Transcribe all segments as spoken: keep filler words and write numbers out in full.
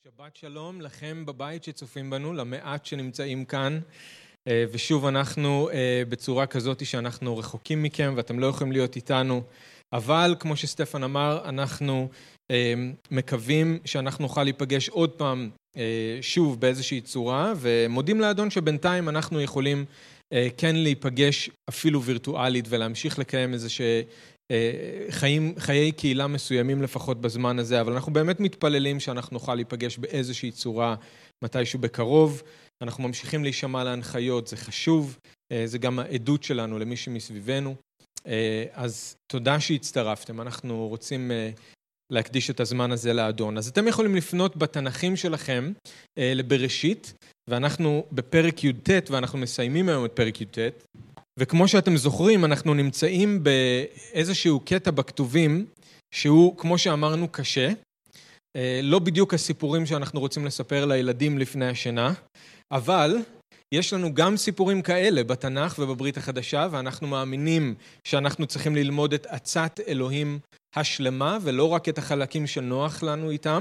שבת שלום לכם בבית שצופים בנו, למעט שנמצאים כאן, ושוב אנחנו בצורה כזאת שאנחנו רחוקים מכם ואתם לא יכולים להיות איתנו, אבל כמו שסטפן אמר, אנחנו מקווים שאנחנו נוכל להיפגש עוד פעם שוב באיזושהי צורה, ומודים לאדון שבינתיים אנחנו יכולים כן להיפגש אפילו וירטואלית ולהמשיך לקיים איזה ש... חיים, חיי קהילה מסוימים לפחות בזמן הזה, אבל אנחנו באמת מתפללים שאנחנו נוכל להיפגש באיזושהי צורה מתישהו בקרוב. אנחנו ממשיכים להישמע להנחיות, זה חשוב, זה גם העדות שלנו למי שמסביבנו. אז תודה שהצטרפתם, אנחנו רוצים להקדיש את הזמן הזה לאדון. אז אתם יכולים לפנות בתנ"כים שלכם לבראשית, ואנחנו בפרק י"ט, ואנחנו מסיימים היום את פרק י"ט, וכמו שאתם זוכרים, אנחנו נמצאים באיזשהו קטע בכתובים, שהוא, כמו שאמרנו, קשה. לא בדיוק הסיפורים שאנחנו רוצים לספר לילדים לפני השינה, אבל יש לנו גם סיפורים כאלה בתנ"ך ובברית החדשה, ואנחנו מאמינים שאנחנו צריכים ללמוד את עצת אלוהים השלמה, ולא רק את החלקים שנוח לנו איתם.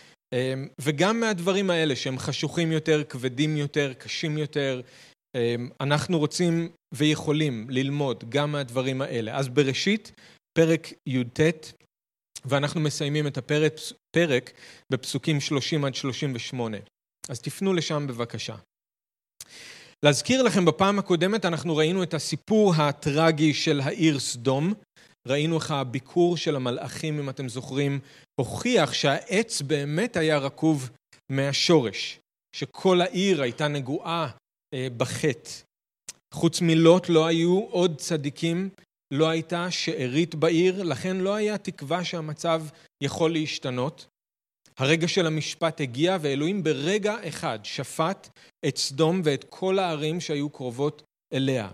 וגם מהדברים האלה שהם חשוכים יותר, כבדים יותר, קשים יותר, אנחנו רוצים ויכולים ללמוד גם מהדברים האלה. אז בראשית, פרק י"ט, ואנחנו מסיימים את הפרק, פרק בפסוקים שלושים עד שלושים ושמונה. אז תפנו לשם בבקשה. להזכיר לכם, בפעם הקודמת אנחנו ראינו את הסיפור הטרגי של העיר סדום. ראינו איך הביקור של המלאכים, אם אתם זוכרים, הוכיח שהעץ באמת היה רקוב מהשורש, שכל העיר הייתה נגועה בחטא. חוץ מלוט לא היו עוד צדיקים, לא הייתה שארית בעיר, לכן לא היה תקווה שהמצב יכול להשתנות. הרגע של המשפט הגיע, ואלוהים ברגע אחד שפט את סדום ואת כל הערים שהיו קרובות אליה.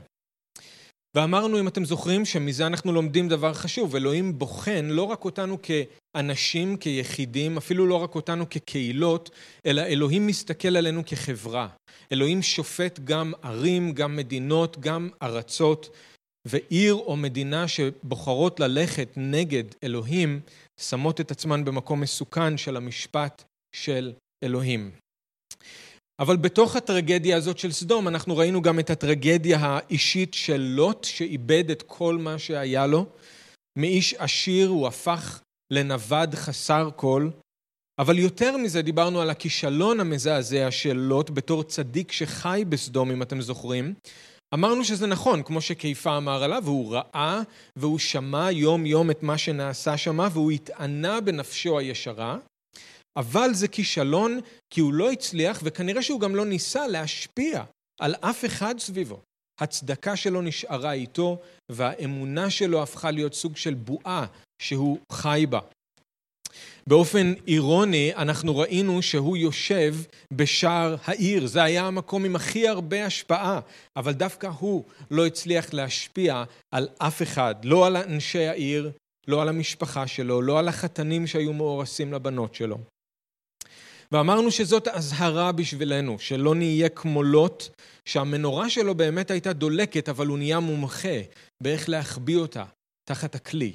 ואמרנו, אם אתם זוכרים, שמזה אנחנו לומדים דבר חשוב. אלוהים בוחן לא רק אותנו כאנשים, כיחידים, אפילו לא רק אותנו כקהילות, אלא אלוהים מסתכל עלינו כחברה. אלוהים שופט גם ערים, גם מדינות, גם ארצות, ועיר או מדינה שבוחרות ללכת נגד אלוהים, שמות את עצמן במקום מסוכן של המשפט של אלוהים. אבל בתוך הטרגדיה הזאת של סדום, אנחנו ראינו גם את הטרגדיה האישית של לוט, שאיבד את כל מה שהיה לו. מאיש עשיר הוא הפך לנווד חסר כל, אבל יותר מזה דיברנו על הכישלון המזעזע של לוט בתור צדיק שחי בסדום, אם אתם זוכרים. אמרנו שזה נכון, כמו שכיפה אמר עליו, והוא ראה והוא שמע יום יום את מה שנעשה שמה, והוא התענה בנפשו הישרה, אבל זה כישלון כי הוא לא הצליח, וכנראה שהוא גם לא ניסה להשפיע על אף אחד סביבו. הצדקה שלו נשארה איתו, והאמונה שלו הפכה להיות סוג של בועה שהוא חי בה. באופן אירוני, אנחנו ראינו שהוא יושב בשער העיר. זה היה המקום עם הכי הרבה השפעה, אבל דווקא הוא לא הצליח להשפיע על אף אחד, לא על אנשי העיר, לא על המשפחה שלו, לא על החתנים שהיו מאורסים לבנות שלו. ואמרנו שזאת הזהרה בשבילנו, שלא נהיה כמו לוט, שהמנורה שלו באמת הייתה דולקת, אבל הוא נהיה מומחה באיך להחביא אותה תחת הכלי.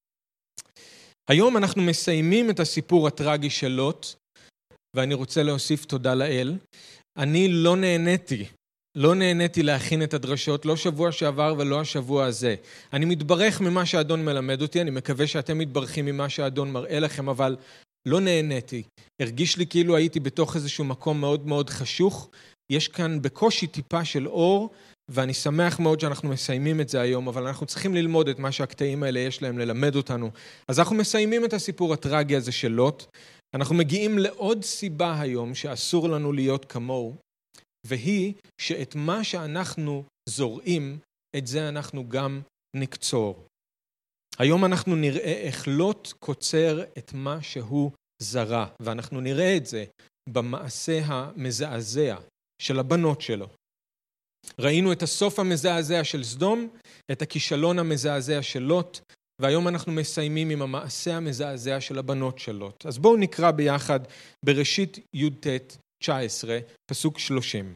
היום אנחנו מסיימים את הסיפור הטרגי של לוט, ואני רוצה להוסיף תודה לאל. אני לא נהניתי, לא נהניתי להכין את הדרשות, לא שבוע שעבר ולא השבוע הזה. אני מתברך ממה שהאדון מלמד אותי, אני מקווה שאתם מתברכים ממה שהאדון מראה לכם, אבל לא נהניתי. הרגיש לי כאילו הייתי בתוך איזשהו מקום מאוד מאוד חשוך. יש כאן בקושי טיפה של אור, ואני שמח מאוד שאנחנו מסיימים את זה היום, אבל אנחנו צריכים ללמוד את מה שהקטעים האלה יש להם ללמד אותנו. אז אנחנו מסיימים את הסיפור הטרגי הזה של לוט. אנחנו מגיעים לעוד סיבה היום שאסור לנו להיות כמוהו, והיא שאת מה שאנחנו זורעים, את זה אנחנו גם נקצור. היום אנחנו נראה איך לוט קוצר את מה שהוא זרע, ואנחנו נראה את זה במעשה המזעזע של הבנות שלו. ראינו את הסוף המזעזע של סדום, את הכישלון המזעזע של לוט, והיום אנחנו מסיימים עם המעשה המזעזע של הבנות של לוט. אז בואו נקרא ביחד בראשית י"ט תשע עשרה, פסוק שלושים.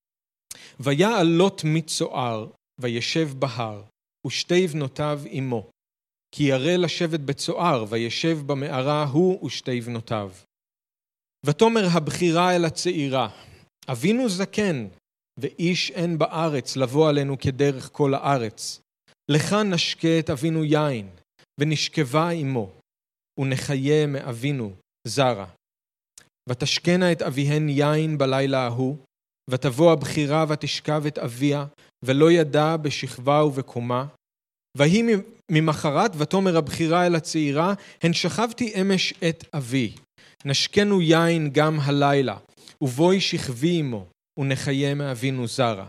ויעל לוט מצוער, וישב בהר, ושתי בנותיו עמו. כי ירא לשבת בצוער, וישב במערה הוא ושתי בנותיו. ותאמר הבחירה אל הצעירה, אבינו זקן, ואיש אין בארץ לבוא עלינו כדרך כל הארץ. לך נשקה את אבינו יין, ונשכבה עמו, ונחיה מאבינו זרה. ותשקנה את אביהן יין בלילה ההוא, ותבוא הבחירה ותשכב את אביה, ולא ידע בשכבה ובקומה. והיא ממחרת ותאמר הבחירה אל הצעירה, הן שכבתי אמש את אבי, נשקנו יין גם הלילה, ובואי שכבי עמו, ונחיה מאבינו זרה.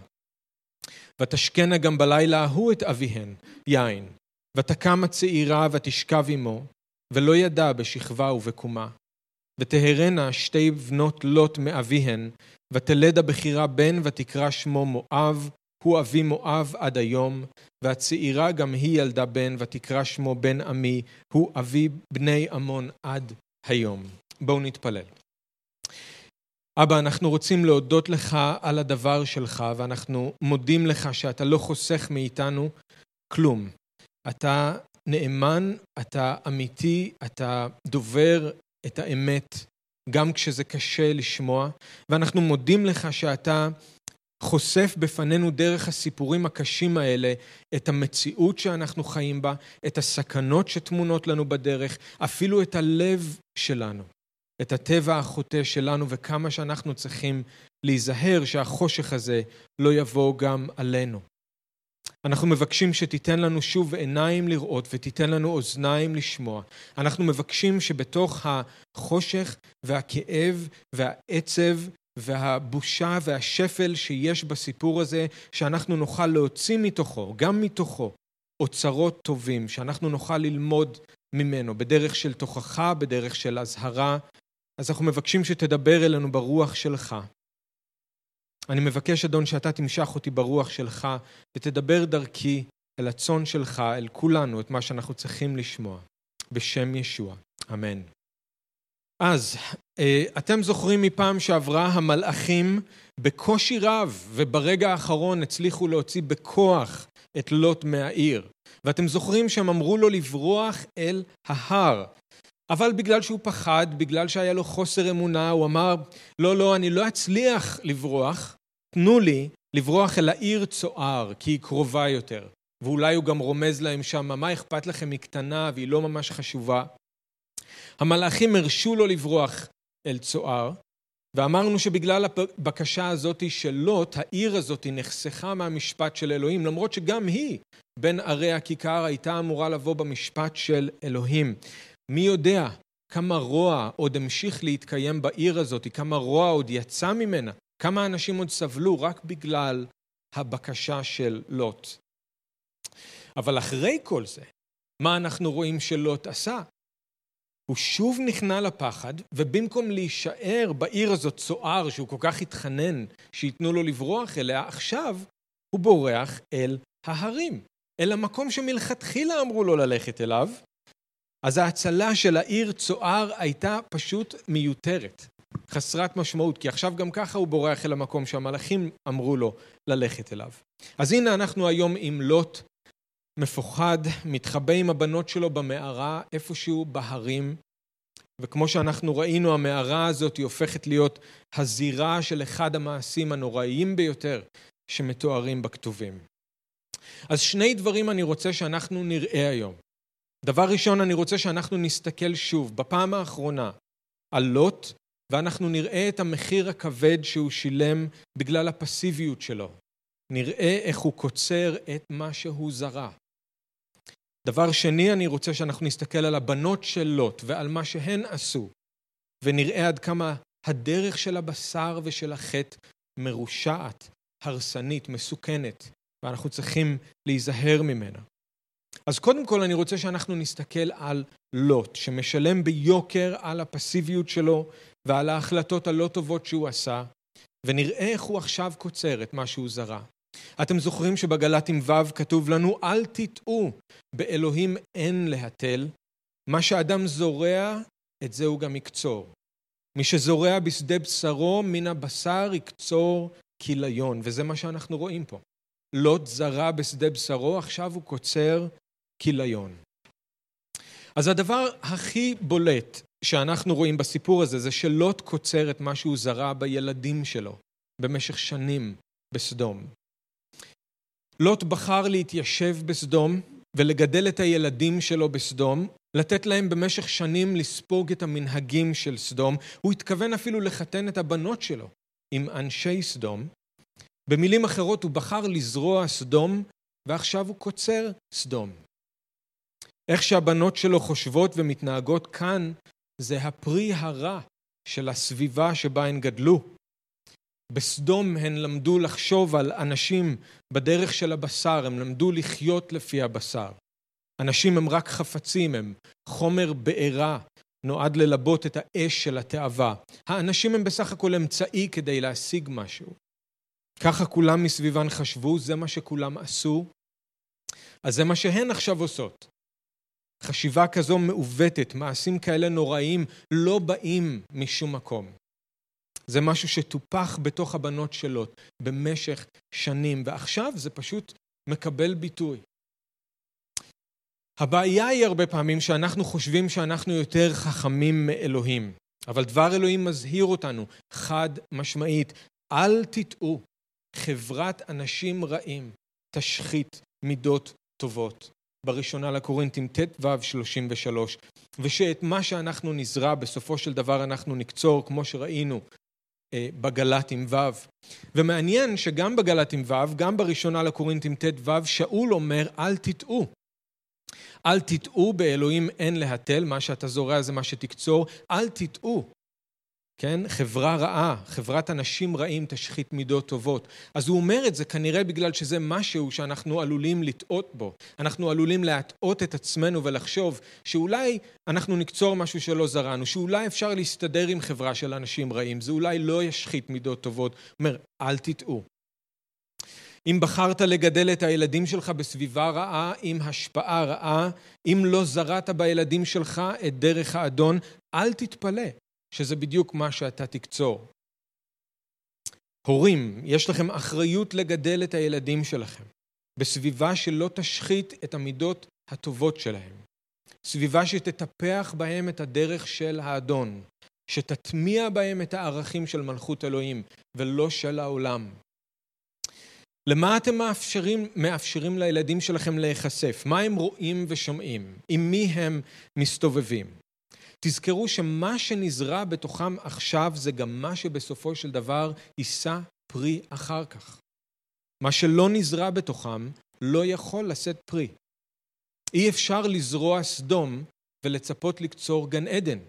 ותשקנה גם בלילה ההוא את אביהן יין, ותקם הצעירה ותשכב עמו, ולא ידע בשכבה ובקומה. ותהרנה שתי בנות לוט מאביהן, ותלד הבחירה בן ותקרא שמו מואב, הוא אבי מואב עד היום, והצעירה גם היא ילדה בן ותקרא שמו בן עמי, הוא אבי בני עמון עד היום. בואו נתפלל. אבא, אנחנו רוצים להודות לך על הדבר שלך, ואנחנו מודים לך שאתה לא חוסך מאיתנו כלום. אתה נאמן, אתה אמיתי, אתה דובר את האמת, גם כשזה קשה לשמוע, ואנחנו מודים לך שאתה חושף בפנינו דרך הסיפורים הקשים האלה את המציאות שאנחנו חיים בה, את הסכנות שתמונות לנו בדרך, אפילו את הלב שלנו, את הטבע החוטא שלנו, וכמה שאנחנו צריכים להיזהר שהחושך הזה לא יבוא גם עלינו. אנחנו מבקשים שתיתן לנו שוב עיניים לראות ותיתן לנו אוזניים לשמוע. אנחנו מבקשים שבתוך החושך והכאב והעצב והבושה והשפל שיש בסיפור הזה, שאנחנו נוכל להוציא מתוכו, גם מתוכו, אוצרות טובים, שאנחנו נוכל ללמוד ממנו, בדרך של תוכחה, בדרך של הזהרה. אז אנחנו מבקשים שתדבר אלינו ברוח שלך. אני מבקש, אדון, שאתה תמשך אותי ברוח שלך, ותדבר דרכי אל הצאן שלך, אל כולנו, את מה שאנחנו צריכים לשמוע. בשם ישוע. אמן. אז, אתם זוכרים מפעם שעברה המלאכים בקושי רב, וברגע האחרון הצליחו להוציא בכוח את לוט מהעיר. ואתם זוכרים שהם אמרו לו לברוח אל ההר. אבל בגלל שהוא פחד, בגלל שהיה לו חוסר אמונה, הוא אמר, לא, לא, אני לא אצליח לברוח, תנו לי לברוח אל העיר צוער, כי היא קרובה יותר. ואולי הוא גם רומז להם שם, מה אכפת לכם, היא קטנה והיא לא ממש חשובה. המלאכים הרשו לו לברוח אל צוער, ואמרנו שבגלל הבקשה הזאת של לוט, העיר הזאת נחסכה מהמשפט של אלוהים, למרות שגם היא, בין ערי הכיכר, הייתה אמורה לבוא במשפט של אלוהים. מי יודע כמה רוע עוד המשיך להתקיים בעיר הזאת, כמה רוע עוד יצא ממנה, כמה אנשים עוד סבלו רק בגלל הבקשה של לוט. אבל אחרי כל זה, מה אנחנו רואים שלוט עשה? הוא שוב נכנע לפחד, ובמקום להישאר בעיר הזאת צוער, שהוא כל כך התחנן שיתנו לו לברוח אליה, עכשיו הוא בורח אל ההרים, אל המקום שמלכתחילה אמרו לו ללכת אליו. אז ההצלה של העיר צוער הייתה פשוט מיותרת, חסרת משמעות, כי עכשיו גם ככה הוא בורח אל המקום שהמלאכים אמרו לו ללכת אליו. אז הנה אנחנו היום עם לוט מפוחד, מתחבא עם הבנות שלו במערה, איפשהו בהרים, וכמו שאנחנו ראינו, המערה הזאת היא הופכת להיות הזירה של אחד המעשים הנוראיים ביותר שמתוארים בכתובים. אז שני דברים אני רוצה שאנחנו נראה היום. דבר ראשון, אני רוצה שאנחנו נסתכל שוב, בפעם האחרונה, על לוט, ואנחנו נראה את המחיר הכבד שהוא שילם בגלל הפסיביות שלו. נראה איך הוא קוצר את מה שהוא זרע. דבר שני, אני רוצה שאנחנו נסתכל על הבנות של לוט ועל מה שהן עשו, ונראה עד כמה הדרך של הבשר ושל החטא מרושעת, הרסנית, מסוכנת, ואנחנו צריכים להיזהר ממנה. אז קודם כל אני רוצה שאנחנו נסתכל על לוט, שמשלם ביוקר על הפסיביות שלו ועל ההחלטות הלא טובות שהוא עשה, ונראה איך הוא עכשיו קוצר את מה שהוא זרע. אתם זוכרים שבגלתים ו' כתוב לנו, אל תטעו, באלוהים אין להתל, מה שאדם זורע, את זה הוא גם יקצור. מי שזורע בשדה בשרו, מן הבשר יקצור כיליון, וזה מה שאנחנו רואים פה. לוט זרע בשדה בשרו, עכשיו הוא קוצר כיליון. אז הדבר הכי בולט שאנחנו רואים בסיפור הזה זה שלוט קוצר את מה שהוא זרע בילדים שלו במשך שנים בסדום. לוט בחר להתיישב בסדום ולגדל את הילדים שלו בסדום, לתת להם במשך שנים לספוג את המנהגים של סדום. הוא התכוון אפילו לחתן את הבנות שלו עם אנשי סדום. במילים אחרות הוא בחר לזרוע סדום, ועכשיו הוא קוצר סדום. איך שהבנות שלו חושבות ומתנהגות כאן, זה הפרי הרע של הסביבה שבה הן גדלו. בסדום הן למדו לחשוב על אנשים בדרך של הבשר, הם למדו לחיות לפי הבשר. אנשים הם רק חפצים, הם חומר בעירה, נועד ללבות את האש של התאווה. האנשים הם בסך הכל אמצעי כדי להשיג משהו. ככה כולם מסביבן חשבו, זה מה שכולם עשו, אז זה מה שהן עכשיו עושות. חשיבה כזו מעוותת, מעשים כאלה נוראים, לא באים משום מקום. זה משהו שטופח בתוך הבנות שלו במשך שנים, ועכשיו זה פשוט מקבל ביטוי. הבעיה היא הרבה פעמים שאנחנו חושבים שאנחנו יותר חכמים מאלוהים, אבל דבר אלוהים מזהיר אותנו חד משמעית, אל תטעו, חברת אנשים רעים תשחית מידות טובות. בראשונה לקורינתים ט' ו' שלושים ושלוש, ושאת מה שאנחנו נזרע בסופו של דבר אנחנו נקצור, כמו שראינו בגלתים ו'. ומעניין שגם בגלתים ו', גם בראשונה לקורינתים ט' ו', שאול אומר אל תטעו. אל תטעו, באלוהים אין להתל, מה שאתה זורע זה מה שתקצור, אל תטעו. כן? חברה רעה, חברת אנשים רעים תשחית מידות טובות. אז הוא אומר את זה כנראה בגלל שזה משהו שאנחנו עלולים לטעות בו. אנחנו עלולים להטעות את עצמנו ולחשוב שאולי אנחנו נקצור משהו שלא זרענו, שאולי אפשר להסתדר עם חברה של אנשים רעים, זה אולי לא ישחית מידות טובות. הוא אומר, אל תטעו. אם בחרת לגדל את הילדים שלך בסביבה רעה, עם השפעה רעה, אם לא זרעת בילדים שלך את דרך האדון, אל תתפלא. שזה בדיוק מה שאתה תקצור. הורים, יש לכם אחריות לגדל את הילדים שלכם, בסביבה שלא תשחית את המידות הטובות שלהם. סביבה שתטפח בהם את הדרך של האדון, שתטמיע בהם את הערכים של מלכות אלוהים, ולא של העולם. למה אתם מאפשרים, מאפשרים לילדים שלכם להיחשף? מה הם רואים ושומעים? עם מי הם מסתובבים? תזכרו שמה שנזרע בתוכם עכשיו זה גם מה שבסופו של דבר יישא פרי אחר כך. מה שלא נזרע בתוכם לא יכול לשאת פרי. אי אפשר לזרוע סדום ולצפות לקצור גן עדן.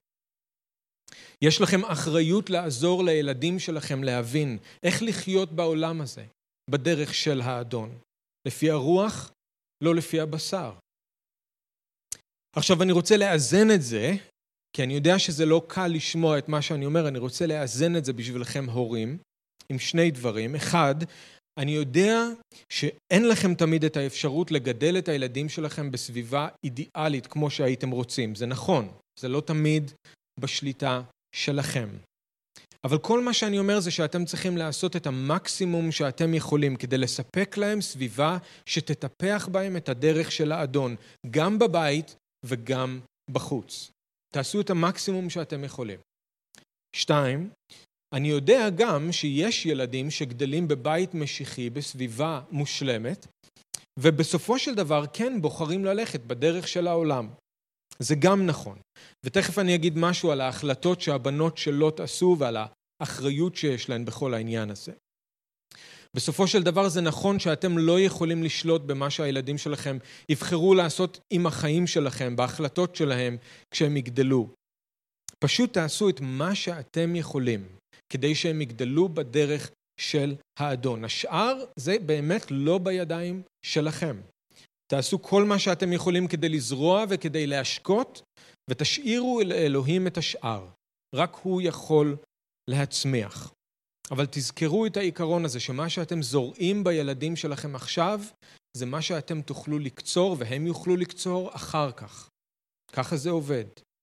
יש לכם אחריות לעזור לילדים שלכם להבין איך לחיות בעולם הזה, בדרך של האדון. לפי הרוח, לא לפי הבשר. עכשיו אני רוצה לאזן את זה, כי אני יודע שזה לא קל לשמוע את מה שאני אומר, אני רוצה לאזן את זה בשבילכם הורים, עם שני דברים. אחד, אני יודע שאין לכם תמיד את האפשרות לגדל את הילדים שלכם בסביבה אידיאלית כמו שהייתם רוצים. זה נכון, זה לא תמיד בשליטה שלכם. אבל כל מה שאני אומר זה שאתם צריכים לעשות את המקסימום שאתם יכולים כדי לספק להם סביבה שתטפח בהם את הדרך של האדון, גם בבית וגם בחוץ. תעשו את המקסימום שאתם יכולים. שתיים, אני יודע גם שיש ילדים שגדלים בבית משיחי בסביבה מושלמת, ובסופו של דבר כן בוחרים ללכת בדרך של העולם. זה גם נכון. ותכף אני אגיד משהו על ההחלטות שהבנות שלו עשו ועל האחריות שיש להן בכל העניין הזה. בסופו של דבר זה נכון שאתם לא יכולים לשלוט במה שהילדים שלכם יבחרו לעשות עם החיים שלכם, בהחלטות שלהם כשהם יגדלו. פשוט תעשו את מה שאתם יכולים כדי שהם יגדלו בדרך של האדון. השאר זה באמת לא בידיים שלכם. תעשו כל מה שאתם יכולים כדי לזרוע וכדי להשקות, ותשאירו אל אלוהים את השאר. רק הוא יכול להצמיח. אבל תזכרו את העיקרון הזה, שמה שאתם זורעים בילדים שלכם עכשיו, זה מה שאתם תוכלו לקצור, והם יוכלו לקצור אחר כך. ככה זה עובד.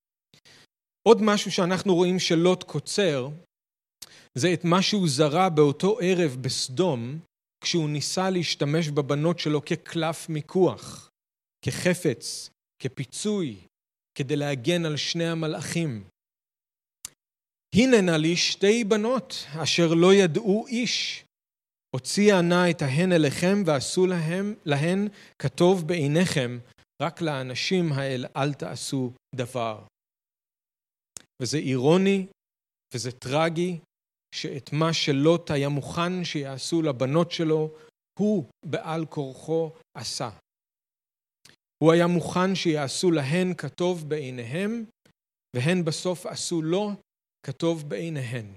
עוד משהו שאנחנו רואים שלוט קוצר, זה את מה שהוא זרע באותו ערב בסדום, כשהוא ניסה להשתמש בבנות שלו כקלף מיקוח, כחפץ, כפיצוי, כדי להגן על שני המלאכים הננה לי שתי בנות אשר לא ידעו איש. הוציאה נא את ההן אליכם ועשו להם, להן כטוב בעיניכם, רק לאנשים האל אל תעשו דבר. וזה אירוני וזה טרגי, שאת מה שלוט היה מוכן שיעשו לבנות שלו, הוא בעל כורחו עשה. הוא היה מוכן שיעשו להן כטוב בעיניהם, והן בסוף עשו לו כטוב בעיניהן.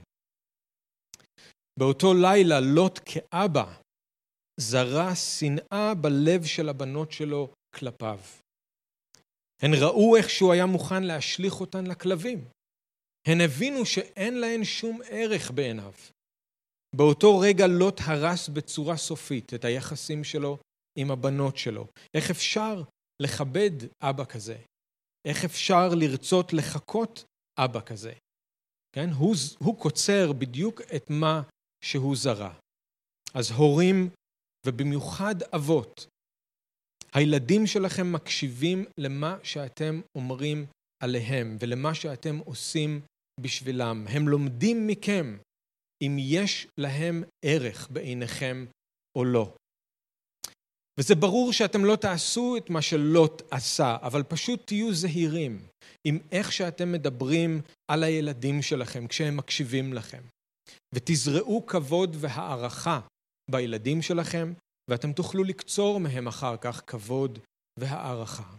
באותו לילה לוט כאבא זרה שנאה בלב של הבנות שלו כלפיו. הן ראו איך שהוא היה מוכן להשליך אותן לכלבים. הן הבינו שאין להן שום ערך בעיניו. באותו רגע לוט הרס בצורה סופית את היחסים שלו עם הבנות שלו. איך אפשר לכבד אבא כזה? איך אפשר לרצות לחכות אבא כזה? כן? הוא, הוא קוצר בדיוק את מה שהוא זרה. אז הורים ובמיוחד אבות, הילדים שלכם מקשיבים למה שאתם אומרים עליהם ולמה שאתם עושים בשבילם. הם לומדים מכם אם יש להם ערך בעיניכם או לא. וזה ברור שאתם לא תעשו את מה שלוט עשה, אבל פשוט תהיו זהירים עם איך שאתם מדברים על הילדים שלכם כשהם מקשיבים לכם. ותזרעו כבוד והערכה בילדים שלכם, ואתם תוכלו לקצור מהם אחר כך כבוד והערכה.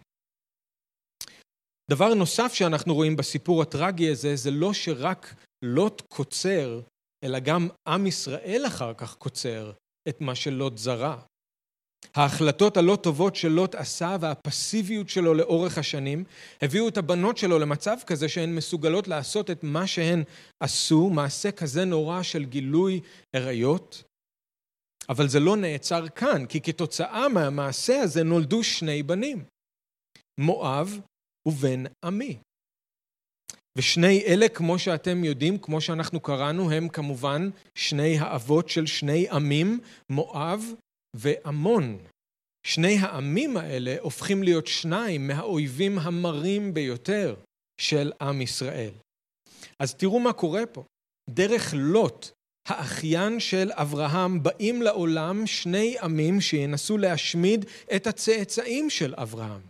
דבר נוסף שאנחנו רואים בסיפור הטרגי הזה, זה לא שרק לוט קוצר, אלא גם עם ישראל אחר כך קוצר את מה שלוט זרה. ההחלטות הלא טובות שלוט עשה והפסיביות שלו לאורך השנים, הביאו את הבנות שלו למצב כזה שהן מסוגלות לעשות את מה שהן עשו, מעשה כזה נורא של גילוי עריות. אבל זה לא נעצר כאן, כי כתוצאה מהמעשה הזה נולדו שני בנים, מואב ובן עמי. ושני אלה, כמו שאתם יודעים, כמו שאנחנו קראנו, הם כמובן שני האבות של שני עמים, מואב ועמון. שני העמים האלה הופכים להיות שניים מהאויבים המרים ביותר של עם ישראל. אז תראו מה קורה פה. דרך לוט, האחיין של אברהם, באים לעולם שני עמים שינסו להשמיד את הצאצאים של אברהם.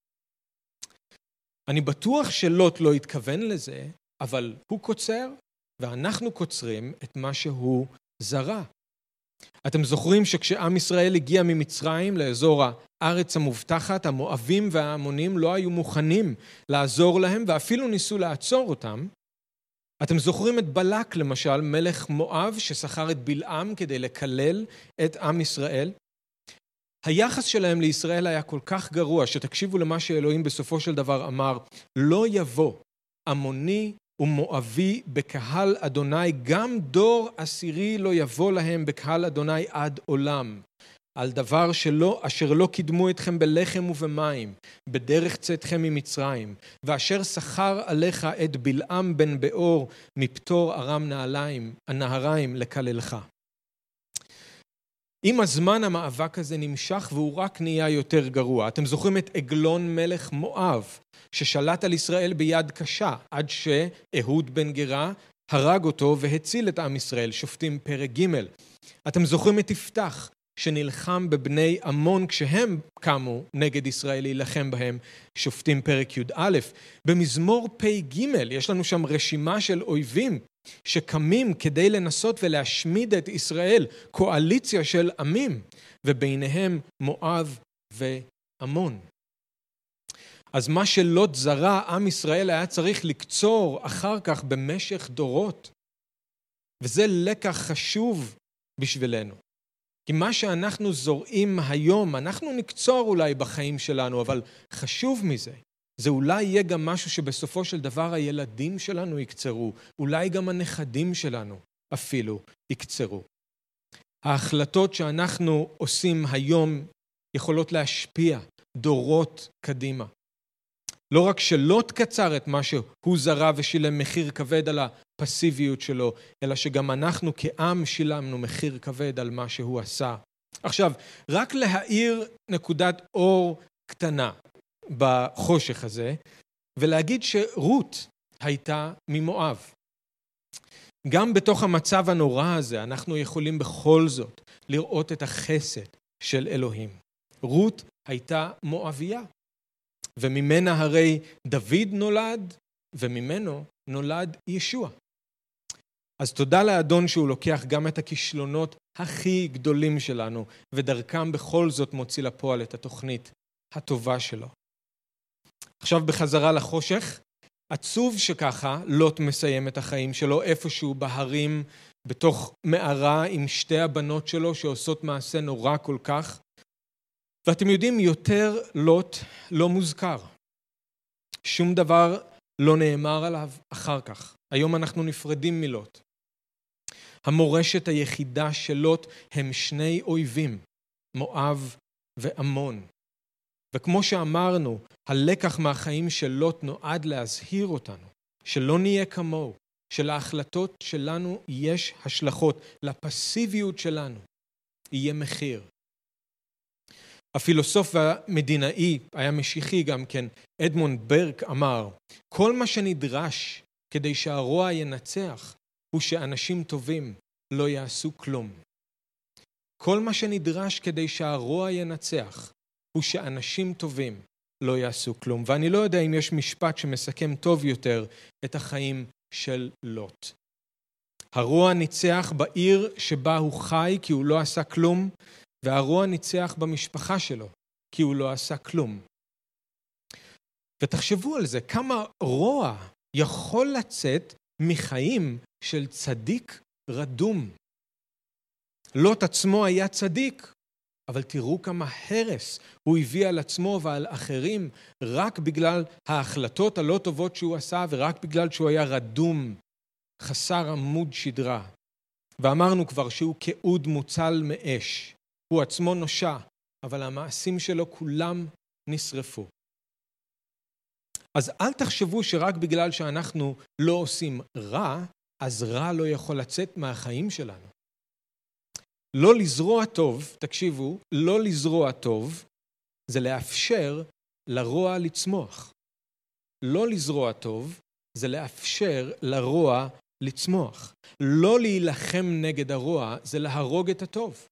אני בטוח שלוט לא התכוון לזה, אבל הוא קוצר ואנחנו קוצרים את מה שהוא זרה. אתם זוכרים שכשעם ישראל הגיע ממצרים לאזור הארץ המובטחת, המואבים והעמונים לא היו מוכנים לעזור להם ואפילו ניסו לעצור אותם. אתם זוכרים את בלק למשל, מלך מואב ששכר את בלעם כדי לקלל את עם ישראל? היחס שלהם לישראל היה כל כך גרוע, שתקשיבו למה שאלוהים בסופו של דבר אמר, לא יבוא עמוני ומואבי בקהל אדוני, גם דור עשירי לא יבוא להם בקהל אדוני עד עולם. על דבר שלא, אשר לא קידמו אתכם בלחם ובמים, בדרך צאתכם ממצרים, ואשר שכר עליך את בלעם בן באור, מפתור ארם נהליים, הנהריים לקללך. עם הזמן המאבק הזה נמשך והוא רק נהיה יותר גרוע. אתם זוכרים את עגלון מלך מואב, ששלט על ישראל ביד קשה, עד שאהוד בן גרה הרג אותו והציל את עם ישראל, שופטים פרק ג'. אתם זוכרים את יפתח, שנלחם בבני עמון כשהם קמו נגד ישראל להילחם בהם, שופטים פרק י"א. במזמור פ"ג יש לנו שם רשימה של אויבים שקמים כדי לנסות ולהשמיד את ישראל, קואליציה של עמים, וביניהם מואב ועמון. אז מה שלוט זרה, עם ישראל היה צריך לקצור אחר כך במשך דורות. וזה לקח חשוב בשבילנו. כי מה שאנחנו זורעים היום, אנחנו נקצור אולי בחיים שלנו, אבל חשוב מזה. זה אולי יהיה גם משהו שבסופו של דבר הילדים שלנו יקצרו, אולי גם הנכדים שלנו אפילו יקצרו. ההחלטות שאנחנו עושים היום יכולות להשפיע דורות קדימה. לא רק שלוט קצר את מה שהוא זרה ושילם מחיר כבד על הפסיביות שלו, אלא שגם אנחנו כעם שילמנו מחיר כבד על מה שהוא עשה. עכשיו, רק להאיר נקודת אור קטנה בחושך הזה, ולהגיד שרות הייתה ממואב. גם בתוך המצב הנורא הזה אנחנו יכולים בכל זאת לראות את החסד של אלוהים. רות הייתה מואביה, וממנה הרי דוד נולד, וממנו נולד ישוע. אז תודה לאדון שהוא לוקח גם את הכישלונות הכי גדולים שלנו, ודרכם בכל זאת מוציא לפועל את התוכנית הטובה שלו. עכשיו בחזרה לחושך, עצוב שככה לוט מסיים את החיים שלו איפשהו בהרים, בתוך מערה עם שתי הבנות שלו שעושות מעשה נורא כל כך. ואתם יודעים, יותר לוט לא מוזכר. שום דבר לא נאמר עליו אחר כך. היום אנחנו נפרדים מלוט. המורשת היחידה של לוט הם שני אויבים, מואב ועמון. וכמו שאמרנו, הלקח מהחיים של לוט נועד להזהיר אותנו, שלא נהיה כמוהו, שלהחלטות שלנו יש השלכות, לפסיביות שלנו יהיה מחיר. הפילוסוף והמדינאי, היה משיחי גם כן, אדמונד ברק אמר, כל מה שנדרש כדי שהרוע ינצח, הוא שאנשים טובים לא יעשו כלום. כל מה שנדרש כדי שהרוע ינצח, הוא שאנשים טובים לא יעשו כלום. ואני לא יודע אם יש משפט שמסכם טוב יותר את החיים של לוט. הרוע ניצח בעיר שבה הוא חי כי הוא לא עשה כלום, והרוע ניצח במשפחה שלו כי הוא לא עשה כלום. ותחשבו על זה, כמה רוע יכול לצאת מחיים של צדיק רדום. לוט עצמו היה צדיק, אבל תראו כמה הרס הוא הביא על עצמו ועל אחרים רק בגלל ההחלטות הלא טובות שהוא עשה ורק בגלל שהוא היה רדום, חסר עמוד שדרה. ואמרנו כבר שהוא כאוד מוצל מאש. הוא עצמו נושע, אבל המעשים שלו כולם נשרפו. אז אל תחשבו שרק בגלל שאנחנו לא עושים רע, אז רע לא יכול לצאת מהחיים שלנו. לא לזרוע טוב, תקשיבו, לא לזרוע טוב, זה לאפשר לרוע לצמוח. לא לזרוע טוב, זה לאפשר לרוע לצמוח. לא להילחם נגד הרוע, זה להרוג את הטוב.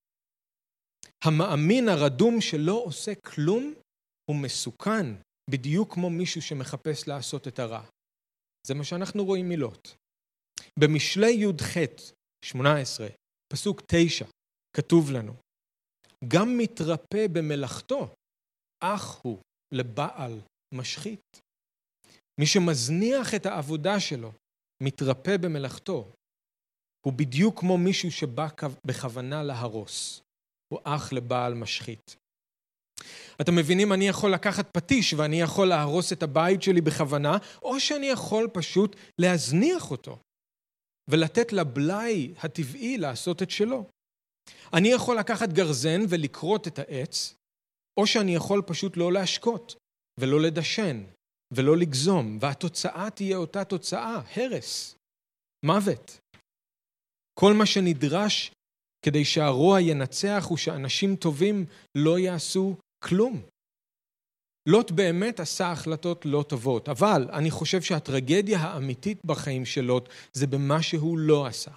המאמין הרדום שלא עושה כלום, הוא מסוכן, בדיוק כמו מישהו שמחפש לעשות את הרע. זה מה שאנחנו רואים מלוט. במשלי י"ח שמונה עשרה, פסוק תשע, כתוב לנו, גם מתרפא במלאכתו, אך הוא לבעל משחית. מי שמזניח את העבודה שלו, מתרפא במלאכתו, הוא בדיוק כמו מישהו שבא בכוונה להרוס. הוא אח לבעל משחית. אתם מבינים, אני יכול לקחת פטיש ואני יכול להרוס את הבית שלי בכוונה, או שאני יכול פשוט להזניח אותו ולתת לבלאי הטבעי לעשות את שלו. אני יכול לקחת גרזן ולקרות את העץ, או שאני יכול פשוט לא להשקות ולא לדשן ולא לגזום, והתוצאה תהיה אותה תוצאה, הרס, מוות. כל מה שנדרש כדי שהרוע ינצח הוא שאנשים טובים לא יעשו כלום. לוט באמת עשה החלטות לא טובות, אבל אני חושב שהטרגדיה האמיתית בחיים של לוט זה במה שהוא לא עשה.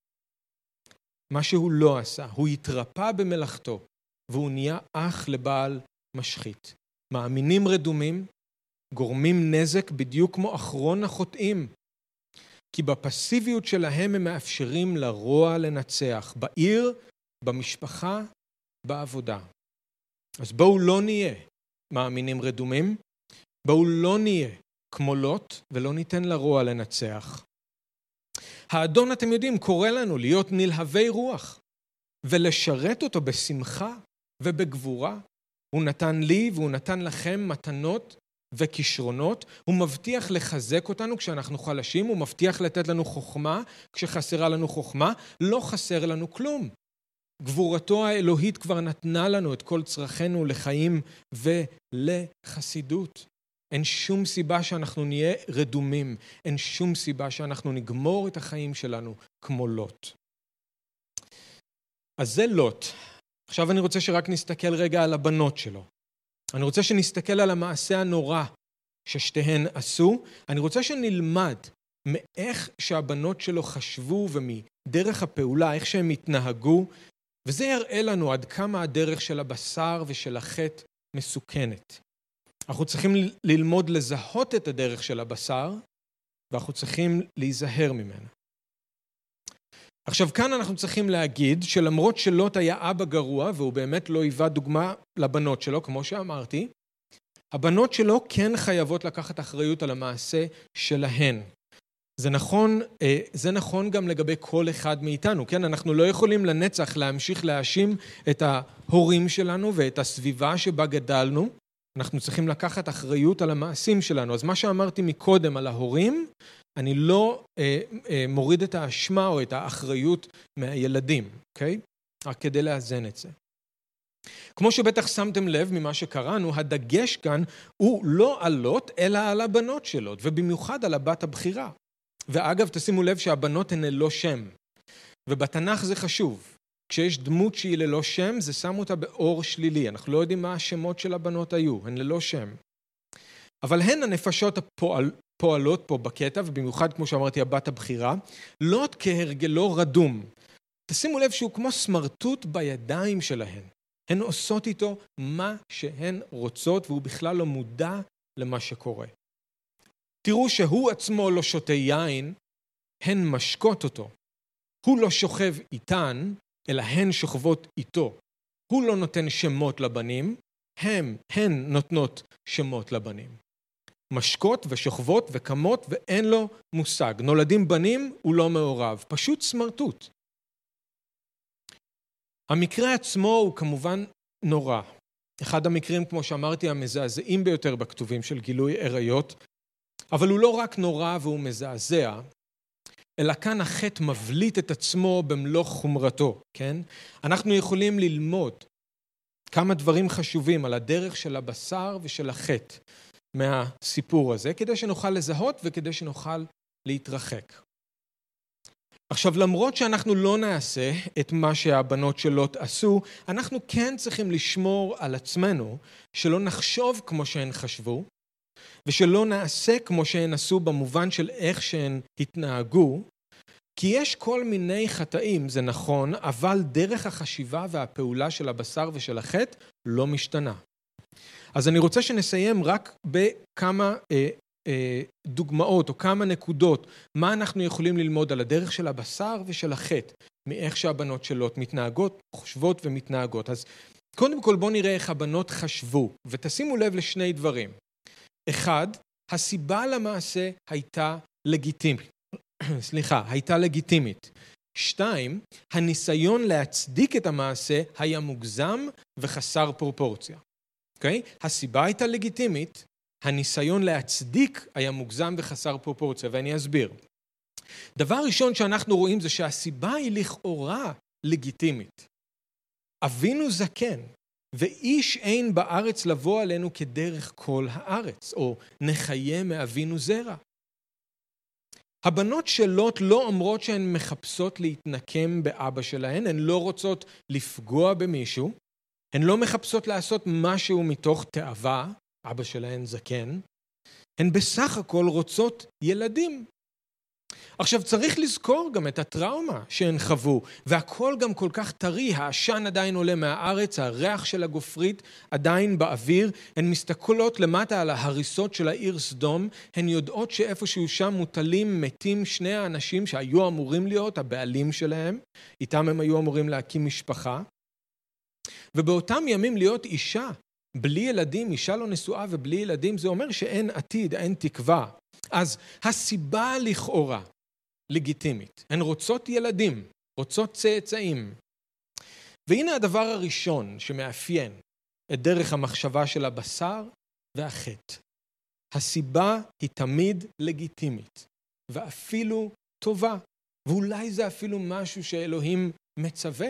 מה שהוא לא עשה, הוא התרפא במלאכתו והוא נהיה אח לבעל משחית. מאמינים רדומים גורמים נזק בדיוק כמו אחרון החוטאים, כי בפסיביות שלהם הם מאפשרים לרוע לנצח, בעיר, במשפחה, בעבודה. אז בואו לא נהיה מאמינים רדומים, בואו לא נהיה כמו לוט ולא ניתן לרוע לנצח. האדון, אתם יודעים, קורא לנו להיות נלהבי רוח ולשרת אותו בשמחה ובגבורה. הוא נתן לי והוא נתן לכם מתנות וכישרונות, הוא מבטיח לחזק אותנו כשאנחנו חלשים, הוא מבטיח לתת לנו חוכמה כשחסרה לנו חוכמה, לא חסר לנו כלום. גבורתו האלוהית כבר נתנה לנו את כל צרכינו לחיים ולחסידות. אין שום סיבה שאנחנו נהיה רדומים, אין שום סיבה שאנחנו נגמור את החיים שלנו כמו לוט. אז זה לוט. עכשיו אני רוצה שרק נסתכל רגע על הבנות שלו. אני רוצה שנסתכל על המעשה הנורא ששתיהן עשו. אני רוצה שנלמד מאיך שהבנות שלו חשבו ומדרך הפעולה, איך שהם התנהגו, וזה יראה לנו עד כמה הדרך של הבשר ושל החטא מסוכנת. אנחנו צריכים ללמוד לזהות את הדרך של הבשר, ואנחנו צריכים להיזהר ממנה. עכשיו כאן אנחנו צריכים להגיד שלמרות שלוט היה אבא גרוע, והוא באמת לא היווה דוגמה לבנות שלו, כמו שאמרתי, הבנות שלו כן חייבות לקחת אחריות על המעשה שלהן. זה נכון, זה נכון גם לגבי כל אחד מאיתנו, כן? אנחנו לא יכולים לנצח להמשיך להאשים את ההורים שלנו ואת הסביבה שבה גדלנו. אנחנו צריכים לקחת אחריות על המעשים שלנו. אז מה שאמרתי מקודם על ההורים, אני לא אה, אה, מוריד את האשמה או את האחריות מהילדים, אוקיי? רק כדי לאזן את זה. כמו שבטח שמתם לב ממה שקראנו, הדגש כאן הוא לא על לוט, אלא על הבנות שלו, ובמיוחד על הבת הבכירה. ואגב, תשימו לב שהבנות הן ללא שם. ובתנ"ך זה חשוב. כשיש דמות שהיא ללא שם, זה שם אותה באור שלילי. אנחנו לא יודעים מה השמות של הבנות היו, הן ללא שם. אבל הן הנפשות הפועל, פועלות פה בקטע, ובמיוחד כמו שאמרתי, הבת הבכירה, לוט כהרגלו רדום. תשימו לב שהוא כמו סמרטוט בידיים שלהן. הן עושות איתו מה שהן רוצות, והוא בכלל לא מודע למה שקורה. תראו שהוא עצמו לא שותה יין, הן משקות אותו. הוא לא שוכב איתן, אלא הן שוכבות איתו. הוא לא נותן שמות לבנים, הם, הן נותנות שמות לבנים. משקות ושוכבות וקמות ואין לו מושג. נולדים בנים, הוא לא מעורב. פשוט סמרטוט. המקרה עצמו הוא כמובן נורא. אחד המקרים, כמו שאמרתי, המזעזעים ביותר בכתובים של גילוי עריות, אבל הוא לא רק נורא והוא מזעזע, אלא כאן החטא מבליט את עצמו במלוא חומרתו, כן? אנחנו יכולים ללמוד כמה דברים חשובים על הדרך של הבשר ושל החטא מהסיפור הזה, כדי שנוכל לזהות וכדי שנוכל להתרחק. עכשיו, למרות שאנחנו לא נעשה את מה שהבנות של לוט עשו, אנחנו כן צריכים לשמור על עצמנו, שלא נחשוב כמו שהן חשבו, ושלא נעשה כמו שהן עשו במובן של איך שהן התנהגו, כי יש כל מיני חטאים, זה נכון, אבל דרך החשיבה והפעולה של הבשר ושל החטא לא משתנה. אז אני רוצה שנסיים רק בכמה אה, אה, דוגמאות או כמה נקודות, מה אנחנו יכולים ללמוד על הדרך של הבשר ושל החטא, מאיך שהבנות של לוט מתנהגות, חושבות ומתנהגות. אז קודם כל בואו נראה איך הבנות חשבו, ותשימו לב לשני דברים. אחד, הסיבה למעשה הייתה לגיטימית. סליחה, הייתה לגיטימית. שתיים, הניסיון להצדיק את המעשה היה מוגזם וחסר פרופורציה. אוקיי? הסיבה הייתה לגיטימית, הניסיון להצדיק היה מוגזם וחסר פרופורציה, ואני אסביר. דבר ראשון שאנחנו רואים זה שהסיבה היא לכאורה לגיטימית. אבינו זקן, ואיש אין בארץ לבוא עלינו כדרך כל הארץ, או נחיה מאבינו זרע. הבנות של לוט לא אומרות שהן מחפשות להתנקם באבא שלהן, הן לא רוצות לפגוע במישהו, הן לא מחפשות לעשות משהו מתוך תאווה, אבא שלהן זקן, הן בסך הכל רוצות ילדים. עכשיו צריך לזכור גם את הטראומה שהן חוו, והכל גם כל כך טרי, העשן עדיין עולה מהארץ, הריח של הגופרית עדיין באוויר, הן מסתכלות למטה על ההריסות של העיר סדום, הן יודעות שאיפשהו שם מוטלים מתים שני האנשים שהיו אמורים להיות הבעלים שלהם, איתם הם היו אמורים להקים משפחה, ובאותם ימים להיות אישה, בלי ילדים, אישה לא נשואה ובלי ילדים, זה אומר שאין עתיד, אין תקווה. אז הסיבה לכאורה לגיטימית. הן רוצות ילדים, רוצות צאצאים. והנה הדבר הראשון שמאפיין את דרך המחשבה של הבשר והחטא. הסיבה היא תמיד לגיטימית, ואפילו טובה, ואולי זה אפילו משהו שאלוהים מצווה.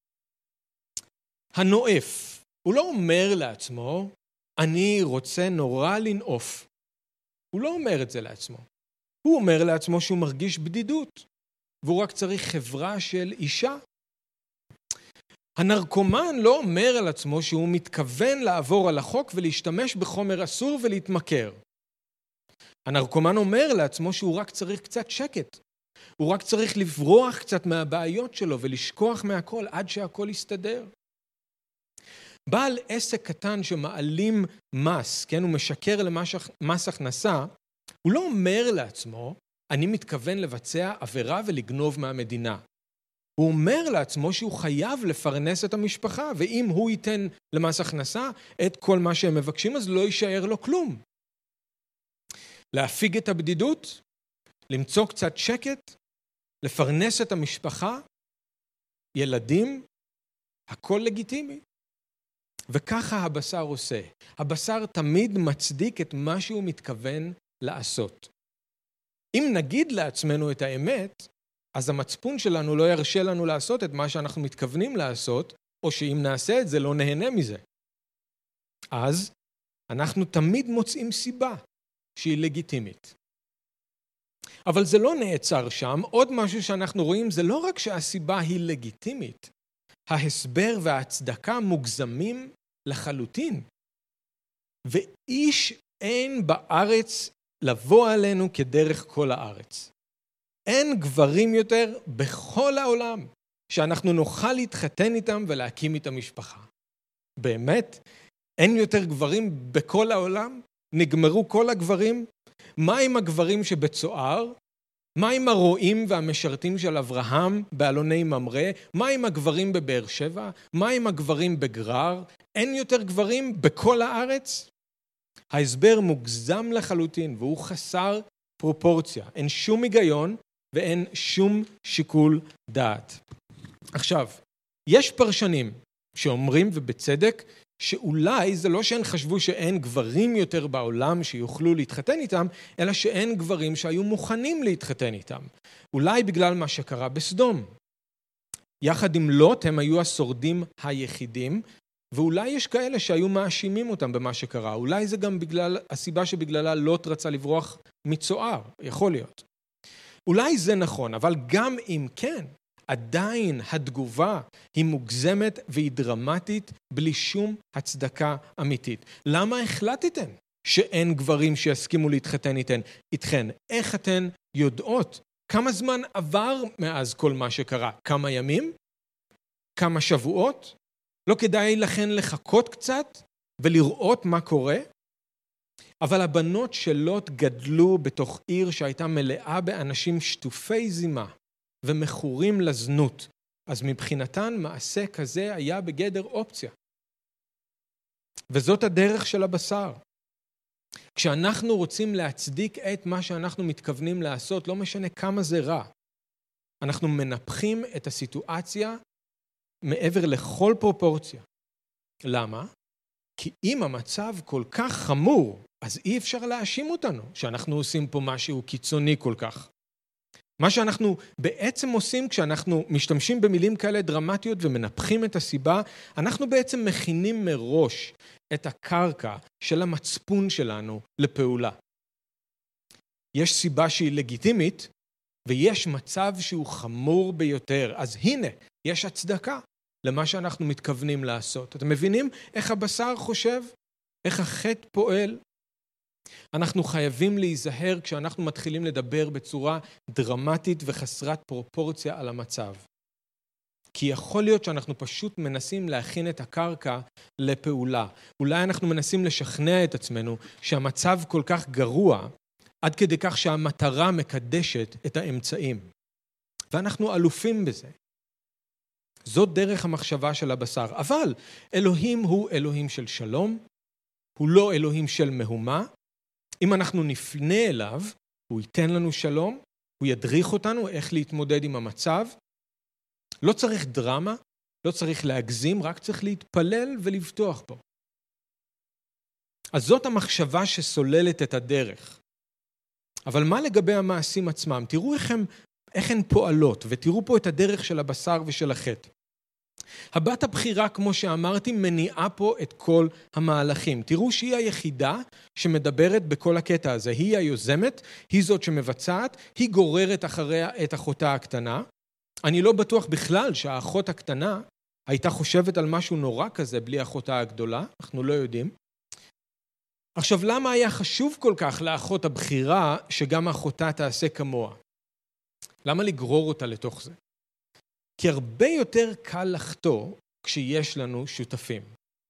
הנואף, הוא לא אומר לעצמו, אני רוצה נורא לנאוף. הוא לא אומר את זה לעצמו. הוא אומר לעצמו שהוא מרגיש בדידות, והוא רק צריך חברה של אישה. הנרקומן לא אומר על עצמו שהוא מתכוון לעבור על החוק ולהשתמש בחומר אסור ולהתמכר. הנרקומן אומר לעצמו שהוא רק צריך קצת שקט. הוא רק צריך לברוח קצת מהבעיות שלו ולשכוח מהכל עד שהכל יסתדר. בעל עסק קטן שמעלים מס, כן, הוא משקר למס הכנסה, הוא לא אומר לעצמו, אני מתכוון לבצע עבירה ולגנוב מהמדינה. הוא אומר לעצמו שהוא חייב לפרנס את המשפחה, ואם הוא ייתן למס הכנסה את כל מה שהם מבקשים, אז לא יישאר לו כלום. להפיג את הבדידות, למצוא קצת שקט, לפרנס את המשפחה, ילדים, הכל לגיטימי. וככה הבשר עושה. הבשר תמיד מצדיק את מה שהוא מתכוון לעשות. אם נגיד לעצמנו את האמת, אז המצפון שלנו לא ירשה לנו לעשות את מה שאנחנו מתכוונים לעשות, או שאם נעשה את זה לא נהנה מזה. אז אנחנו תמיד מוצאים סיבה שהיא לגיטימית. אבל זה לא נעצר שם. עוד משהו שאנחנו רואים זה לא רק שהסיבה היא לגיטימית, ההסבר וההצדקה מוגזמים לחלוטין. ואיש אין בארץ לבוא עלינו כדרך כל הארץ. אין גברים יותר בכל העולם שאנחנו נוכל להתחתן איתם ולהקים איתם משפחה. באמת? אין יותר גברים בכל העולם? נגמרו כל הגברים? מה עם הגברים שבצוער? מה עם הרועים והמשרתים של אברהם באלוני ממרא? מה עם הגברים בבאר שבע? מה עם הגברים בגרר? אין יותר גברים בכל הארץ? ההסבר מוגזם לחלוטין והוא חסר פרופורציה. אין שום היגיון ואין שום שיקול דעת. עכשיו, יש פרשנים שאומרים ובצדק שאולי זה לא שהן חשבו שאין גברים יותר בעולם שיוכלו להתחתן איתם, אלא שאין גברים שהיו מוכנים להתחתן איתם. אולי בגלל מה שקרה בסדום. יחד עם לוט הם היו השורדים היחידים, ואולי יש כאלה שהיו מאשימים אותם במה שקרה. אולי זה גם בגלל הסיבה שבגללה לוט רצה לברוח מצוער, יכול להיות. אולי זה נכון, אבל גם אם כן, עדיין התגובה היא מוגזמת והיא דרמטית בלי שום הצדקה אמיתית. למה החלטתם שאין גברים שיסכימו להתחתן איתן? איתכן? איך אתן יודעות? כמה זמן עבר מאז כל מה שקרה? כמה ימים? כמה שבועות? לא כדאי לכן לחכות קצת ולראות מה קורה? אבל הבנות של לוט גדלו בתוך עיר שהייתה מלאה באנשים שטופי זימה ומכורים לזנות, אז מבחינתן מעשה כזה היה בגדר אופציה. וזאת הדרך של הבשר. כשאנחנו רוצים להצדיק את מה שאנחנו מתכוונים לעשות, לא משנה כמה זה רע, אנחנו מנפחים את הסיטואציה מעבר לכל פרופורציה. למה? כי אם המצב כל כך חמור, אז אי אפשר להאשים אותנו שאנחנו עושים פה משהו קיצוני כל כך. מה שאנחנו בעצם עושים כשאנחנו משתמשים במילים כאלה דרמטיות ומנפחים את הסיבה, אנחנו בעצם מכינים מראש את הקרקע של המצפון שלנו לפעולה. יש סיבה שהיא לגיטימית ויש מצב שהוא חמור ביותר. אז הנה, יש הצדקה למה שאנחנו מתכוונים לעשות. אתם מבינים איך הבשר חושב? איך החטא פועל? אנחנו חייבים להיזהר כשאנחנו מתחילים לדבר בצורה דרמטית וחסרת פרופורציה על המצב. כי יכול להיות שאנחנו פשוט מנסים להכין את הקרקע לפעולה. אולי אנחנו מנסים לשכנע את עצמנו שהמצב כל כך גרוע, עד כדי כך שהמטרה מקדשת את האמצעים. ואנחנו אלופים בזה. זאת דרך המחשבה של הבשר. אבל אלוהים הוא אלוהים של שלום, הוא לא אלוהים של מהומה. אם אנחנו נפנה אליו, הוא ייתן לנו שלום, הוא ידריך אותנו איך להתמודד עם המצב. לא צריך דרמה, לא צריך להגזים, רק צריך להתפלל ולבטוח בו. אז זאת המחשבה שסוללת את הדרך. אבל מה לגבי המעשים עצמם? תראו איך הן, איך הן פועלות, ותראו פה את הדרך של הבשר ושל החטא. הבת הבחירה, כמו שאמרתי, מניעה פה את כל המהלכים. תראו שהיא היחידה שמדברת בכל הקטע הזה. היא היוזמת, היא זאת שמבצעת, היא גוררת אחריה את אחותה הקטנה. אני לא בטוח בכלל שהאחות הקטנה הייתה חושבת על משהו נורא כזה בלי אחותה הגדולה, אנחנו לא יודעים. עכשיו, למה היה חשוב כל כך לאחות הבכירה שגם אחותה תעשה כמוה? למה לגרור אותה לתוך זה? כי הרבה יותר קל לחטוא כשיש לנו שותפים.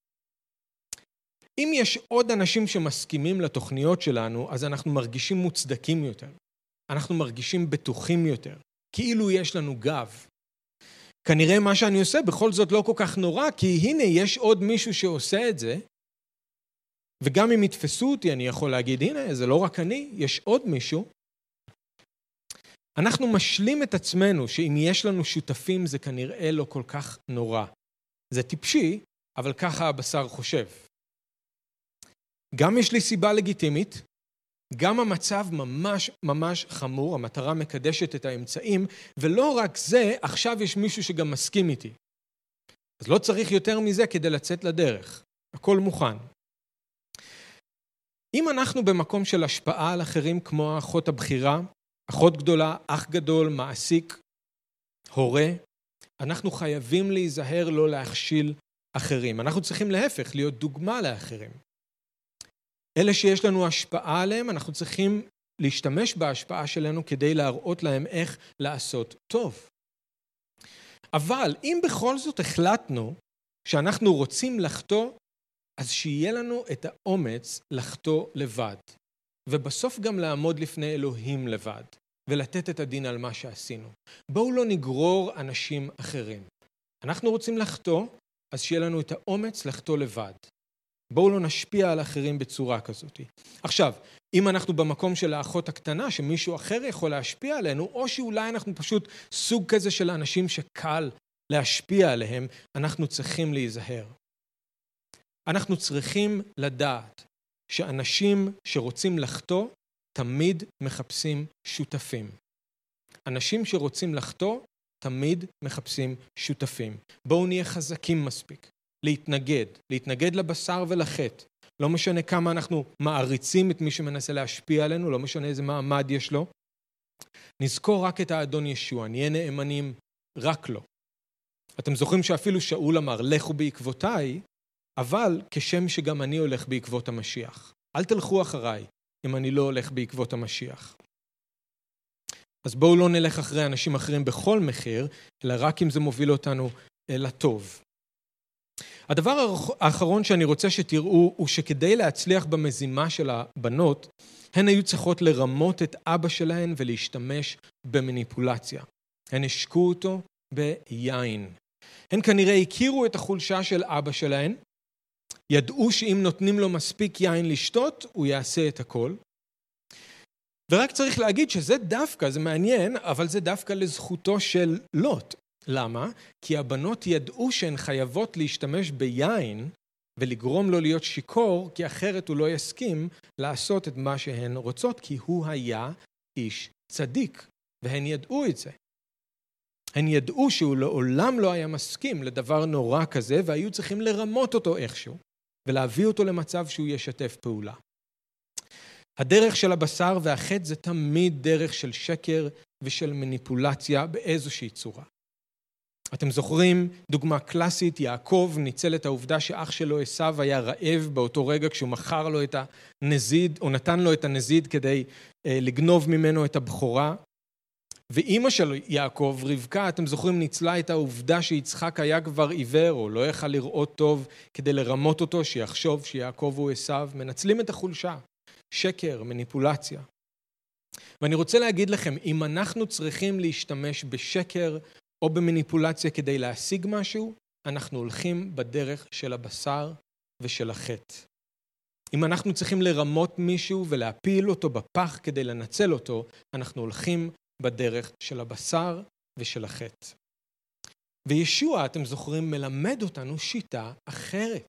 אם יש עוד אנשים שמסכימים לתוכניות שלנו, אז אנחנו מרגישים מוצדקים יותר. אנחנו מרגישים בטוחים יותר, כאילו יש לנו גב. כנראה מה שאני עושה בכל זאת לא כל כך נורא, כי הנה יש עוד מישהו שעושה את זה, וגם אם יתפסו אותי אני יכול להגיד, הנה זה לא רק אני, יש עוד מישהו. אנחנו משלים את עצמנו שאם יש לנו שותפים זה כנראה לא כל כך נורא. זה טיפשי, אבל ככה הבשר חושב. גם יש לי סיבה לגיטימית, גם המצב ממש ממש חמור, המטרה מקדשת את האמצעים, ולא רק זה, עכשיו יש מישהו שגם מסכים איתי. אז לא צריך יותר מזה כדי לצאת לדרך. הכל מוכן. אם אנחנו במקום של השפעה על אחרים כמו האחות הבכירה, אחות גדולה, אח גדול, מעסיק, הורה, אנחנו חייבים להיזהר לא להכשיל אחרים. אנחנו צריכים להפך, להיות דוגמה לאחרים. אלה שיש לנו השפעה עליהם, אנחנו צריכים להשתמש בהשפעה שלנו כדי להראות להם איך לעשות טוב. אבל אם בכל זאת החלטנו שאנחנו רוצים לחטוא, אז שיהיה לנו את האומץ לחטוא לבד. ובסוף גם לעמוד לפני אלוהים לבד, ולתת את הדין על מה שעשינו. בואו לא נגרור אנשים אחרים. אנחנו רוצים לחטוא, אז שיהיה לנו את האומץ לחטוא לבד. בואו לא נשפיע על אחרים בצורה כזאת. עכשיו, אם אנחנו במקום של האחות הקטנה, שמישהו אחר יכול להשפיע עלינו, או שאולי אנחנו פשוט סוג כזה של אנשים שקל להשפיע עליהם, אנחנו צריכים להיזהר. אנחנו צריכים לדעת שאנשים שרוצים לחטוא, תמיד מחפשים שותפים. אנשים שרוצים לחטוא, תמיד מחפשים שותפים. בואו נהיה חזקים מספיק. להתנגד, להתנגד לבשר ולחטא. לא משנה כמה אנחנו מעריצים את מי שמנסה להשפיע עלינו, לא משנה איזה מעמד יש לו. נזכור רק את האדון ישוע, נהיה נאמנים רק לו. אתם זוכרים שאפילו שאול אמר, לכו בעקבותיי, אבל כשם שגם אני הולך בעקבות המשיח. אל תלכו אחריי אם אני לא הולך בעקבות המשיח. אז בואו לא נלך אחרי אנשים אחרים בכל מחיר, אלא רק אם זה מוביל אותנו לטוב. הדבר האחרון שאני רוצה שתראו הוא שכדי להצליח במזימה של הבנות, הן היו צריכות לרמות את אבא שלהן ולהשתמש במניפולציה. הן השקו אותו ביין. הן כנראה הכירו את החולשה של אבא שלהן, ידעו שאם נותנים לו מספיק יין לשתות, הוא יעשה את הכל. ורק צריך להגיד שזה דווקא, זה מעניין, אבל זה דווקא לזכותו של לוט. למה? כי הבנות ידעו שהן חייבות להשתמש ביין ולגרום לו להיות שיקור, כי אחרת הוא לא יסכים לעשות את מה שהן רוצות, כי הוא היה איש צדיק, והן ידעו את זה. הן ידעו שהוא לעולם לא היה מסכים לדבר נורא כזה, והיו צריכים לרמות אותו איכשהו, ולהביא אותו למצב שהוא ישתף פעולה. הדרך של הבשר והחטא זה תמיד דרך של שקר ושל מניפולציה באיזושהי צורה. אתם זוכרים, דוגמה קלאסית, יעקב ניצל את העובדה שאח שלו עשיו היה רעב באותו רגע כשהוא מכר לו את הנזיד, או נתן לו את הנזיד כדי אה, לגנוב ממנו את הבכורה. ואימא של יעקב, רבקה, אתם זוכרים, ניצלה את העובדה שיצחק היה כבר עיוור, או לא יכל לראות טוב כדי לרמות אותו, שיחשוב שיעקב הוא עשיו. מנצלים את החולשה, שקר, מניפולציה. ואני רוצה להגיד לכם, אם אנחנו צריכים להשתמש בשקר, או במניפולציה כדי להשיג משהו, אנחנו הולכים בדרך של הבשר ושל החטא. אם אנחנו צריכים לרמות מישהו ולהפיל אותו בפח כדי לנצל אותו, אנחנו הולכים בדרך של הבשר ושל החטא. וישוע, אתם זוכרים, מלמד אותנו שיטה אחרת.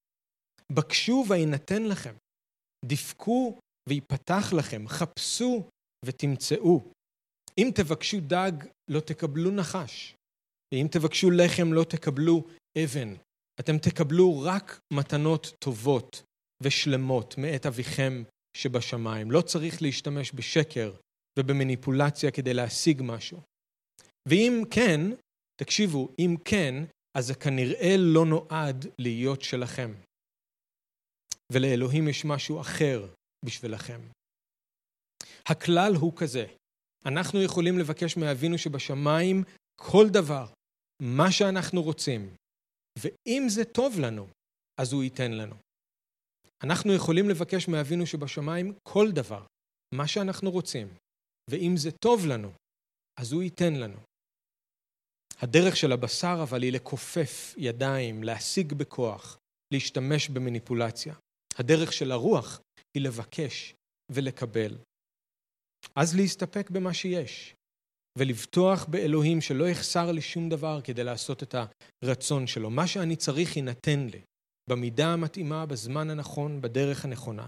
בקשו וינתן לכם, דפקו ויפתח לכם, חפשו ותמצאו. אם תבקשו דג, לא תקבלו נחש. ואם תבקשו לחם, לא תקבלו אבן. אתם תקבלו רק מתנות טובות ושלמות מאת אביכם שבשמיים. לא צריך להשתמש בשקר ובמניפולציה כדי להשיג משהו. ואם כן, תקשיבו, אם כן, אז זה כנראה לא נועד להיות שלכם. ולאלוהים יש משהו אחר בשבילכם. הכלל הוא כזה, אנחנו יכולים לבקש מאבינו שבשמיים כל דבר, מה שאנחנו רוצים, ואם זה טוב לנו, אז הוא ייתן לנו. אנחנו יכולים לבקש מאבינו שבשמיים כל דבר, מה שאנחנו רוצים, ואם זה טוב לנו, אז הוא ייתן לנו. הדרך של הבשר אבל היא לכופף ידיים, להשיג בכוח, להשתמש במניפולציה. הדרך של הרוח היא לבקש ולקבל. אז להסתפק במה שיש, ולבטוח באלוהים שלא יחסר לי שום דבר כדי לעשות את הרצון שלו. מה שאני צריך יינתן לי, במידה המתאימה, בזמן הנכון, בדרך הנכונה.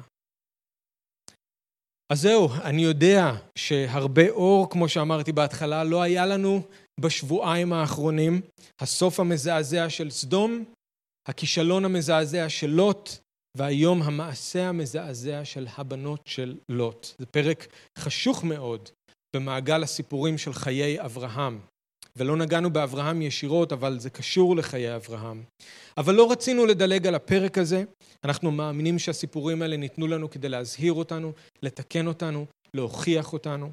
אז זהו, אני יודע שהרבה אור, כמו שאמרתי בהתחלה, לא היה לנו בשבועיים האחרונים. הסוף המזעזע של סדום, הכישלון המזעזע של לוט, והיום המעשה המזעזע של הבנות של לוט. זה פרק חשוך מאוד במעגל הסיפורים של חיי אברהם. ולא נגענו באברהם ישירות, אבל זה קשור לחיי אברהם. אבל לא רצינו לדלג על הפרק הזה. אנחנו מאמינים שהסיפורים האלה ניתנו לנו כדי להזהיר אותנו, לתקן אותנו, להוכיח אותנו.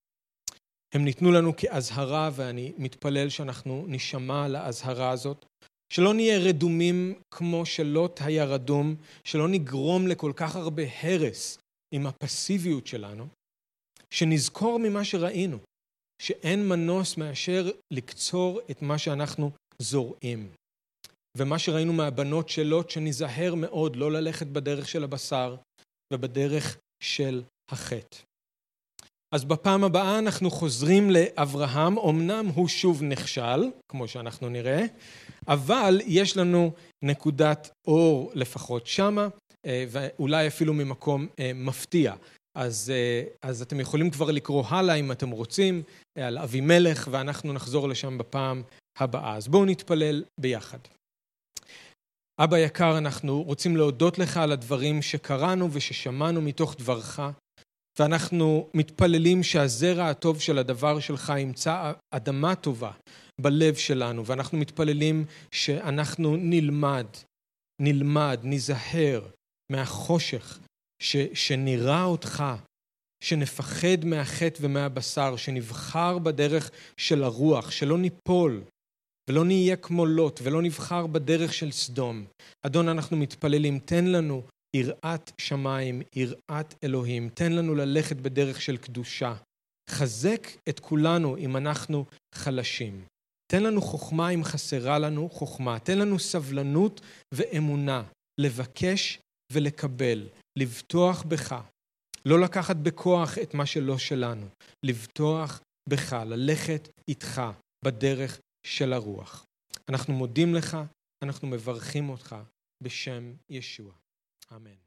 הם ניתנו לנו כהזהרה, ואני מתפלל שאנחנו נשמע להזהרה הזאת. שלא נהיה רדומים כמו שלוט היה רדום, שלא נגרום לכל כך הרבה הרס עם הפסיביות שלנו, שנזכור ממה שראינו, שאין מנוס מאשר לקצור את מה שאנחנו זורעים. ומה שראינו מהבנות של לוט, שנזהר מאוד לא ללכת בדרך של הבשר ובדרך של החטא. אז בפעם הבאה אנחנו חוזרים לאברהם, אמנם הוא שוב נכשל, כמו שאנחנו נראה, אבל יש לנו נקודת אור לפחות שמה, ואולי אפילו ממקום מפתיע. אז, אז אתם יכולים כבר לקרוא הלאה אם אתם רוצים, על אבימלך, ואנחנו נחזור לשם בפעם הבאה. אז בואו נתפלל ביחד. אבא יקר, אנחנו רוצים להודות לך על הדברים שקראנו וששמענו מתוך דברך, ואנחנו מתפללים שהזרע הטוב של הדבר שלך ימצא אדמה טובה בלב שלנו, ואנחנו מתפללים שאנחנו נלמד, נלמד, נזהר מהחושך, ש, שנראה אותך, שנפחד מהחטא ומהבשר, שנבחר בדרך של הרוח, שלא ניפול, ולא נהיה כמו לוט, ולא נבחר בדרך של סדום. אדון, אנחנו מתפללים, תן לנו יראת שמיים, יראת אלוהים, תן לנו ללכת בדרך של קדושה. חזק את כולנו אם אנחנו חלשים. תן לנו חוכמה אם חסרה לנו חוכמה. תן לנו סבלנות ואמונה, לבקש ולקבל, לבטוח בך. לא לקחת בכוח את מה שלא שלנו, לבטוח בך, ללכת איתך בדרך של הרוח. אנחנו מודים לך, אנחנו מברכים אותך בשם ישוע. אמן.